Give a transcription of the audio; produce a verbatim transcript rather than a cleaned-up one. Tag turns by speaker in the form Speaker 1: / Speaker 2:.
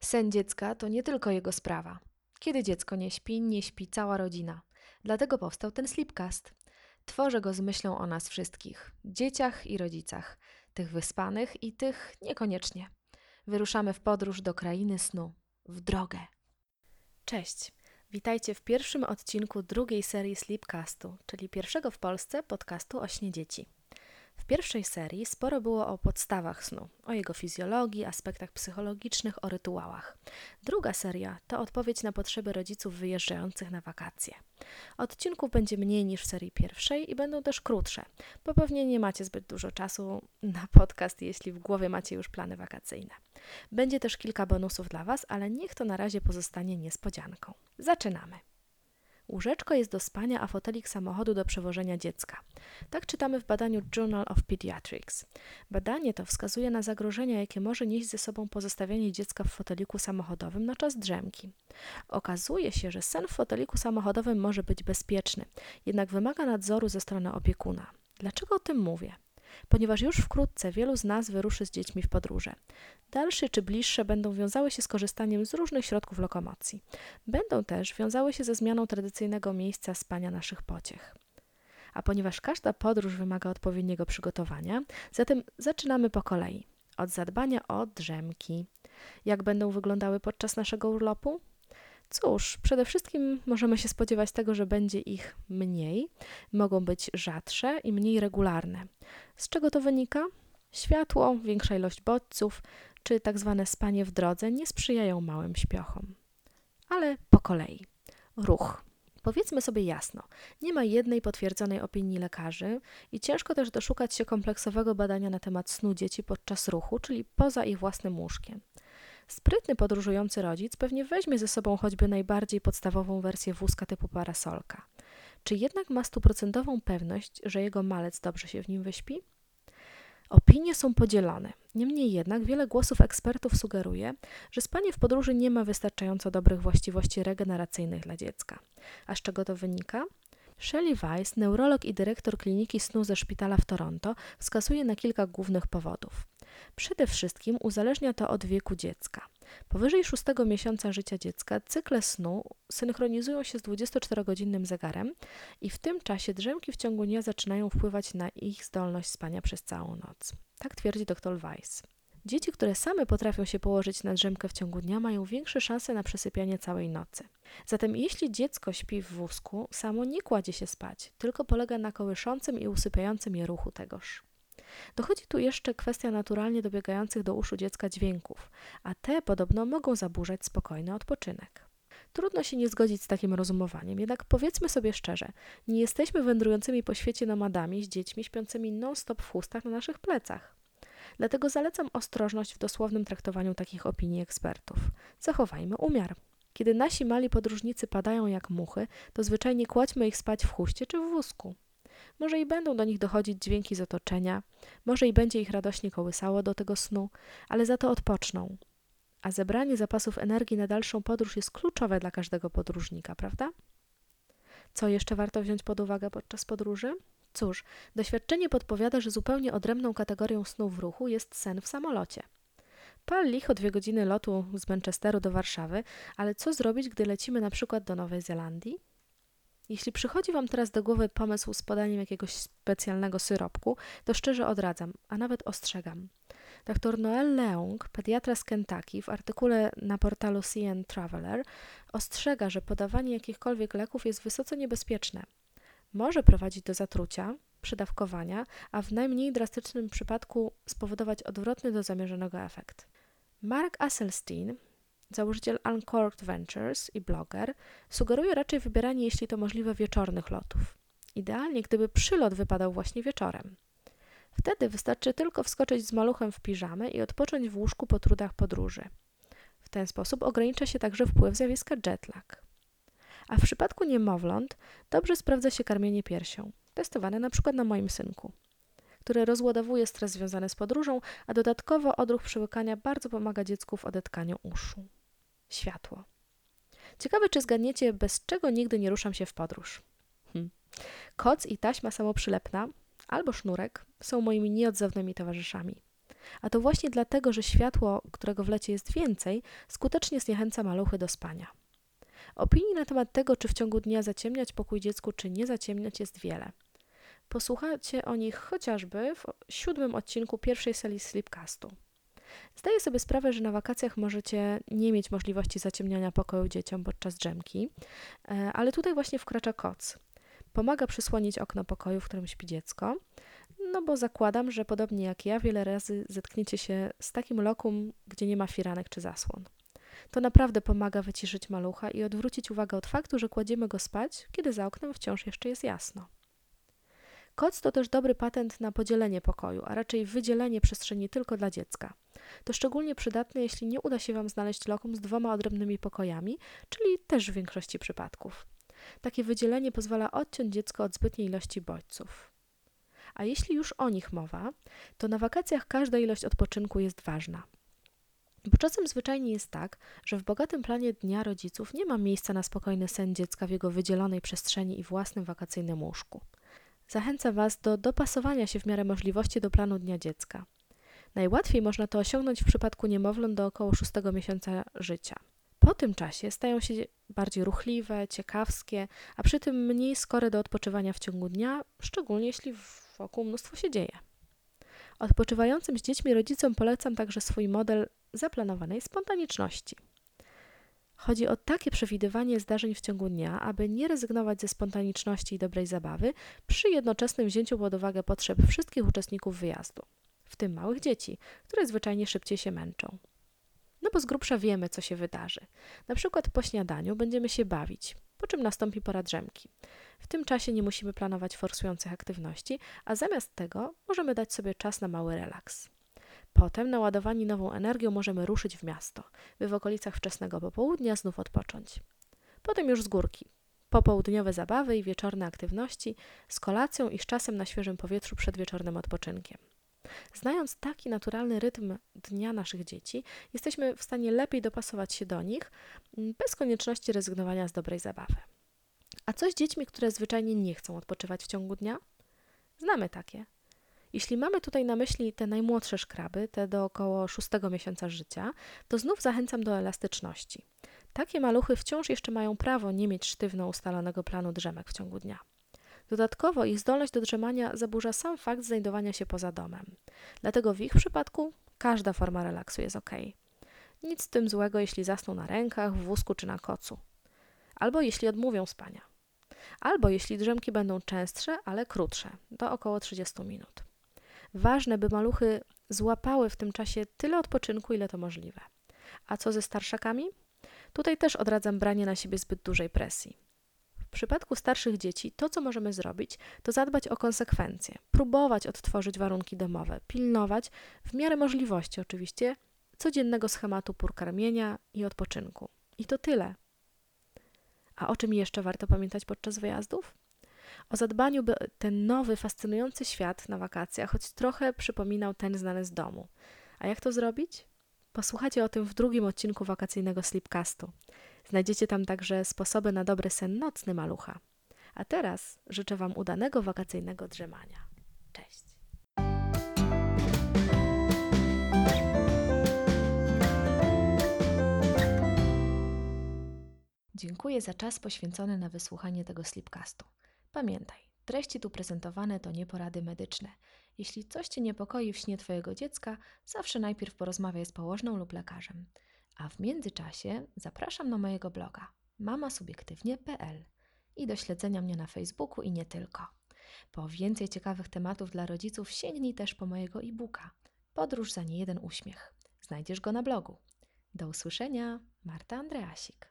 Speaker 1: Sen dziecka to nie tylko jego sprawa. Kiedy dziecko nie śpi, nie śpi cała rodzina. Dlatego powstał ten Sleepcast. Tworzę go z myślą o nas wszystkich, dzieciach i rodzicach, tych wyspanych i tych niekoniecznie. Wyruszamy w podróż do krainy snu, w drogę. Cześć, witajcie w pierwszym odcinku drugiej serii Sleepcastu, czyli pierwszego w Polsce podcastu o śnie dzieci. W pierwszej serii sporo było o podstawach snu, o jego fizjologii, aspektach psychologicznych, o rytuałach. Druga seria to odpowiedź na potrzeby rodziców wyjeżdżających na wakacje. Odcinków będzie mniej niż w serii pierwszej i będą też krótsze, bo pewnie nie macie zbyt dużo czasu na podcast, jeśli w głowie macie już plany wakacyjne. Będzie też kilka bonusów dla Was, ale niech to na razie pozostanie niespodzianką. Zaczynamy! Łóżeczko jest do spania, a fotelik samochodu do przewożenia dziecka. Tak czytamy w badaniu Journal of Pediatrics. Badanie to wskazuje na zagrożenia, jakie może nieść ze sobą pozostawianie dziecka w foteliku samochodowym na czas drzemki. Okazuje się, że sen w foteliku samochodowym może być bezpieczny, jednak wymaga nadzoru ze strony opiekuna. Dlaczego o tym mówię? Ponieważ już wkrótce wielu z nas wyruszy z dziećmi w podróże. Dalsze czy bliższe będą wiązały się z korzystaniem z różnych środków lokomocji. Będą też wiązały się ze zmianą tradycyjnego miejsca spania naszych pociech. A ponieważ każda podróż wymaga odpowiedniego przygotowania, zatem zaczynamy po kolei. Od zadbania o drzemki. Jak będą wyglądały podczas naszego urlopu? Cóż, przede wszystkim możemy się spodziewać tego, że będzie ich mniej, mogą być rzadsze i mniej regularne. Z czego to wynika? Światło, większa ilość bodźców, czy tak zwane spanie w drodze nie sprzyjają małym śpiochom. Ale po kolei. Ruch. Powiedzmy sobie jasno, nie ma jednej potwierdzonej opinii lekarzy i ciężko też doszukać się kompleksowego badania na temat snu dzieci podczas ruchu, czyli poza ich własnym łóżkiem. Sprytny podróżujący rodzic pewnie weźmie ze sobą choćby najbardziej podstawową wersję wózka typu parasolka. Czy jednak ma stuprocentową pewność, że jego malec dobrze się w nim wyśpi? Opinie są podzielone. Niemniej jednak wiele głosów ekspertów sugeruje, że spanie w podróży nie ma wystarczająco dobrych właściwości regeneracyjnych dla dziecka. A z czego to wynika? Shelley Weiss, neurolog i dyrektor kliniki snu ze szpitala w Toronto, wskazuje na kilka głównych powodów. Przede wszystkim uzależnia to od wieku dziecka. Powyżej szóstego miesiąca życia dziecka cykle snu synchronizują się z dwudziestoczterogodzinnym zegarem i w tym czasie drzemki w ciągu dnia zaczynają wpływać na ich zdolność spania przez całą noc. Tak twierdzi dr Weiss. Dzieci, które same potrafią się położyć na drzemkę w ciągu dnia, mają większe szanse na przesypianie całej nocy. Zatem jeśli dziecko śpi w wózku, samo nie kładzie się spać, tylko polega na kołyszącym i usypiającym je ruchu tegoż. Dochodzi tu jeszcze kwestia naturalnie dobiegających do uszu dziecka dźwięków, a te podobno mogą zaburzać spokojny odpoczynek. Trudno się nie zgodzić z takim rozumowaniem, jednak powiedzmy sobie szczerze, nie jesteśmy wędrującymi po świecie nomadami z dziećmi śpiącymi non-stop w chustach na naszych plecach. Dlatego zalecam ostrożność w dosłownym traktowaniu takich opinii ekspertów. Zachowajmy umiar. Kiedy nasi mali podróżnicy padają jak muchy, to zwyczajnie kładźmy ich spać w huście czy w wózku. Może i będą do nich dochodzić dźwięki z otoczenia, może i będzie ich radośnie kołysało do tego snu, ale za to odpoczną. A zebranie zapasów energii na dalszą podróż jest kluczowe dla każdego podróżnika, prawda? Co jeszcze warto wziąć pod uwagę podczas podróży? Cóż, doświadczenie podpowiada, że zupełnie odrębną kategorią snu w ruchu jest sen w samolocie. Pal licho dwie godziny lotu z Manchesteru do Warszawy, ale co zrobić, gdy lecimy na przykład do Nowej Zelandii? Jeśli przychodzi Wam teraz do głowy pomysł z podaniem jakiegoś specjalnego syropku, to szczerze odradzam, a nawet ostrzegam. dr Noel Leung, pediatra z Kentucky, w artykule na portalu C N Traveler ostrzega, że podawanie jakichkolwiek leków jest wysoce niebezpieczne. Może prowadzić do zatrucia, przedawkowania, a w najmniej drastycznym przypadku spowodować odwrotny do zamierzonego efekt. Mark Asselstein, założyciel Uncorked Ventures i bloger, sugeruje raczej wybieranie, jeśli to możliwe, wieczornych lotów. Idealnie, gdyby przylot wypadał właśnie wieczorem. Wtedy wystarczy tylko wskoczyć z maluchem w piżamę i odpocząć w łóżku po trudach podróży. W ten sposób ogranicza się także wpływ zjawiska jetlag. A w przypadku niemowląt dobrze sprawdza się karmienie piersią, testowane na przykład na moim synku, które rozładowuje stres związany z podróżą, a dodatkowo odruch przełykania bardzo pomaga dziecku w odetkaniu uszu. Światło. Ciekawe, czy zgadniecie, bez czego nigdy nie ruszam się w podróż. Hm. Koc i taśma samoprzylepna albo sznurek są moimi nieodzownymi towarzyszami. A to właśnie dlatego, że światło, którego w lecie jest więcej, skutecznie zniechęca maluchy do spania. Opinii na temat tego, czy w ciągu dnia zaciemniać pokój dziecku, czy nie zaciemniać, jest wiele. Posłuchacie o nich chociażby w siódmym odcinku pierwszej serii Sleepcastu. Zdaję sobie sprawę, że na wakacjach możecie nie mieć możliwości zaciemniania pokoju dzieciom podczas drzemki, ale tutaj właśnie wkracza koc. Pomaga przysłonić okno pokoju, w którym śpi dziecko, no bo zakładam, że podobnie jak ja, wiele razy zetkniecie się z takim lokum, gdzie nie ma firanek czy zasłon. To naprawdę pomaga wyciszyć malucha i odwrócić uwagę od faktu, że kładziemy go spać, kiedy za oknem wciąż jeszcze jest jasno. Koc to też dobry patent na podzielenie pokoju, a raczej wydzielenie przestrzeni tylko dla dziecka. To szczególnie przydatne, jeśli nie uda się Wam znaleźć lokum z dwoma odrębnymi pokojami, czyli też w większości przypadków. Takie wydzielenie pozwala odciąć dziecko od zbytniej ilości bodźców. A jeśli już o nich mowa, to na wakacjach każda ilość odpoczynku jest ważna. Bo czasem zwyczajnie jest tak, że w bogatym planie dnia rodziców nie ma miejsca na spokojny sen dziecka w jego wydzielonej przestrzeni i własnym wakacyjnym łóżku. Zachęcam Was do dopasowania się w miarę możliwości do planu dnia dziecka. Najłatwiej można to osiągnąć w przypadku niemowląt do około szóstego miesiąca życia. Po tym czasie stają się bardziej ruchliwe, ciekawskie, a przy tym mniej skore do odpoczywania w ciągu dnia, szczególnie jeśli wokół mnóstwo się dzieje. Odpoczywającym z dziećmi rodzicom polecam także swój model zaplanowanej spontaniczności. Chodzi o takie przewidywanie zdarzeń w ciągu dnia, aby nie rezygnować ze spontaniczności i dobrej zabawy przy jednoczesnym wzięciu pod uwagę potrzeb wszystkich uczestników wyjazdu, w tym małych dzieci, które zwyczajnie szybciej się męczą. No bo z grubsza wiemy, co się wydarzy. Na przykład po śniadaniu będziemy się bawić, po czym nastąpi pora drzemki. W tym czasie nie musimy planować forsujących aktywności, a zamiast tego możemy dać sobie czas na mały relaks. Potem, naładowani nową energią, możemy ruszyć w miasto, by w okolicach wczesnego popołudnia znów odpocząć. Potem już z górki. Popołudniowe zabawy i wieczorne aktywności z kolacją i z czasem na świeżym powietrzu przed wieczornym odpoczynkiem. Znając taki naturalny rytm dnia naszych dzieci, jesteśmy w stanie lepiej dopasować się do nich, bez konieczności rezygnowania z dobrej zabawy. A co z dziećmi, które zwyczajnie nie chcą odpoczywać w ciągu dnia? Znamy takie. Jeśli mamy tutaj na myśli te najmłodsze szkraby, te do około szóstego miesiąca życia, to znów zachęcam do elastyczności. Takie maluchy wciąż jeszcze mają prawo nie mieć sztywno ustalonego planu drzemek w ciągu dnia. Dodatkowo ich zdolność do drzemania zaburza sam fakt znajdowania się poza domem. Dlatego w ich przypadku każda forma relaksu jest ok. Nic z tym złego, jeśli zasną na rękach, w wózku czy na kocu. Albo jeśli odmówią spania. Albo jeśli drzemki będą częstsze, ale krótsze, do około trzydziestu minut. Ważne, by maluchy złapały w tym czasie tyle odpoczynku, ile to możliwe. A co ze starszakami? Tutaj też odradzam branie na siebie zbyt dużej presji. W przypadku starszych dzieci to, co możemy zrobić, to zadbać o konsekwencje, próbować odtworzyć warunki domowe, pilnować, w miarę możliwości oczywiście, codziennego schematu pór karmienia i odpoczynku. I to tyle. A o czym jeszcze warto pamiętać podczas wyjazdów? O zadbaniu, by ten nowy, fascynujący świat na wakacjach choć trochę przypominał ten znany z domu. A jak to zrobić? Posłuchajcie o tym w drugim odcinku wakacyjnego Sleepcastu. Znajdziecie tam także sposoby na dobry sen nocny malucha. A teraz życzę Wam udanego wakacyjnego drzemania. Cześć! Dziękuję za czas poświęcony na wysłuchanie tego Sleepcastu. Pamiętaj, treści tu prezentowane to nie porady medyczne. Jeśli coś Cię niepokoi w śnie Twojego dziecka, zawsze najpierw porozmawiaj z położną lub lekarzem. A w międzyczasie zapraszam na mojego bloga mama subiektywnie kropka p l i do śledzenia mnie na Facebooku i nie tylko. Po więcej ciekawych tematów dla rodziców sięgnij też po mojego e-booka Podróż za niejeden uśmiech. Znajdziesz go na blogu. Do usłyszenia, Marta Andreasik.